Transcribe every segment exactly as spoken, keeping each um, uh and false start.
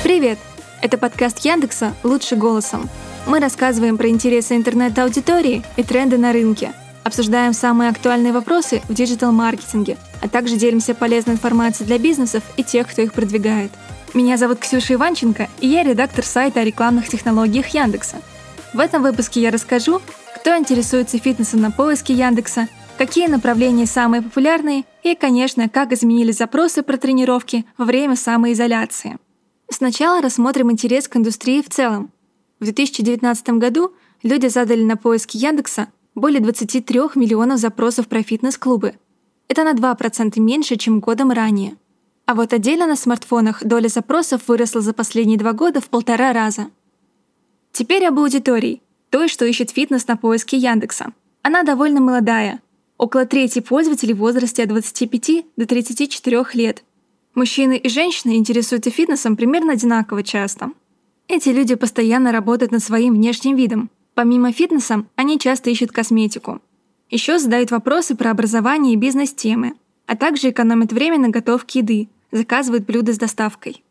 Привет! Это подкаст Яндекса «Лучше голосом». Мы рассказываем про интересы интернет-аудитории и тренды на рынке, обсуждаем самые актуальные вопросы в диджитал-маркетинге, а также делимся полезной информацией для бизнесов и тех, кто их продвигает. Меня зовут Ксюша Иванченко, и я редактор сайта о рекламных технологиях Яндекса. В этом выпуске я расскажу, кто интересуется фитнесом на поиске Яндекса, какие направления самые популярные и, конечно, как изменились запросы про тренировки во время самоизоляции. Сначала рассмотрим интерес к индустрии в целом. В две тысячи девятнадцатом году люди задали на поиски Яндекса более двадцати трёх миллионов запросов про фитнес-клубы. Это на два процента меньше, чем годом ранее. А вот отдельно на смартфонах доля запросов выросла за последние два года в полтора раза. Теперь об аудитории, той, что ищет фитнес на поиске Яндекса. Она довольно молодая, около трети пользователей в возрасте от двадцати пяти до тридцати четырёх лет. Мужчины и женщины интересуются фитнесом примерно одинаково часто. Эти люди постоянно работают над своим внешним видом. Помимо фитнеса, они часто ищут косметику. Еще задают вопросы про образование и бизнес-темы, а также экономят время на готовке еды, заказывают блюда с доставкой.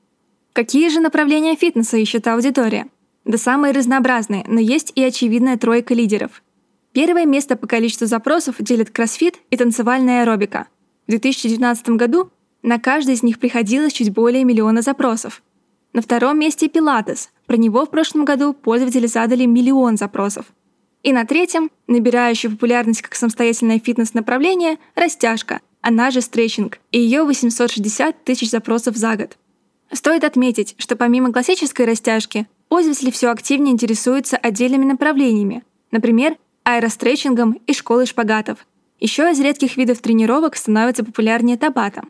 Какие же направления фитнеса ищет аудитория? Да самые разнообразные, но есть и очевидная тройка лидеров. Первое место по количеству запросов делят кроссфит и танцевальная аэробика. В две тысячи девятнадцатом году на каждый из них приходилось чуть более миллиона запросов. На втором месте пилатес. Про него в прошлом году пользователи задали миллион запросов. И на третьем, набирающая популярность как самостоятельное фитнес-направление, растяжка, она же стретчинг, и ее восемьсот шестьдесят тысяч запросов за год. Стоит отметить, что помимо классической растяжки, пользователи все активнее интересуются отдельными направлениями, например, аэростретчингом и школой шпагатов. Еще из редких видов тренировок становится популярнее табата.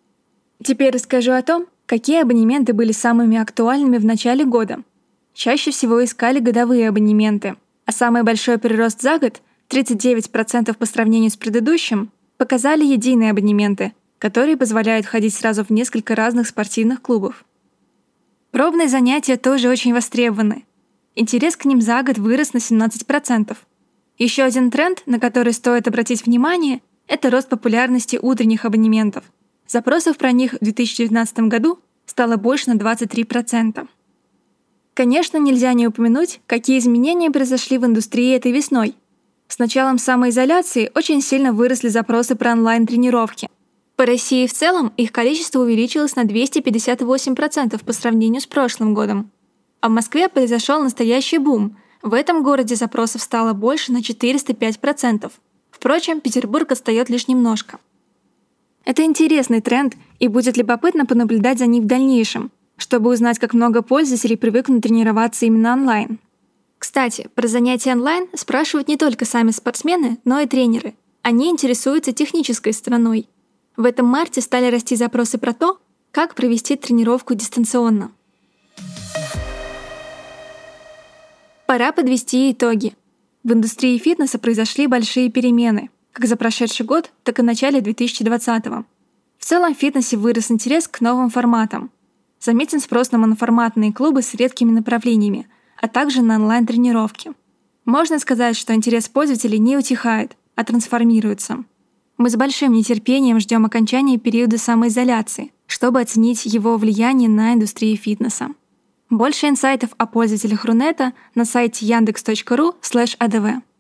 Теперь расскажу о том, какие абонементы были самыми актуальными в начале года. Чаще всего искали годовые абонементы, а самый большой прирост за год, тридцать девять процентов по сравнению с предыдущим, показали единые абонементы, которые позволяют ходить сразу в несколько разных спортивных клубов. Пробные занятия тоже очень востребованы. Интерес к ним за год вырос на семнадцать процентов. Еще один тренд, на который стоит обратить внимание, это рост популярности утренних абонементов. Запросов про них в две тысячи девятнадцатом году стало больше на двадцать три процента. Конечно, нельзя не упомянуть, какие изменения произошли в индустрии этой весной. С началом самоизоляции очень сильно выросли запросы про онлайн-тренировки. По России в целом их количество увеличилось на двести пятьдесят восемь процентов по сравнению с прошлым годом. А в Москве произошел настоящий бум. В этом городе запросов стало больше на четыреста пять процентов. Впрочем, Петербург отстает лишь немножко. Это интересный тренд, и будет любопытно понаблюдать за ним в дальнейшем, чтобы узнать, как много пользователей привыкнут тренироваться именно онлайн. Кстати, про занятия онлайн спрашивают не только сами спортсмены, но и тренеры. Они интересуются технической стороной. В этом марте стали расти запросы про то, как провести тренировку дистанционно. Пора подвести итоги. В индустрии фитнеса произошли большие перемены, как за прошедший год, так и в начале две тысячи двадцатого. В целом в фитнесе вырос интерес к новым форматам. Заметен спрос на моноформатные клубы с редкими направлениями, а также на онлайн-тренировки. Можно сказать, что интерес пользователей не утихает, а трансформируется. Мы с большим нетерпением ждем окончания периода самоизоляции, чтобы оценить его влияние на индустрию фитнеса. Больше инсайтов о пользователях Рунета на сайте яндекс точка ру слэш а дэ вэ.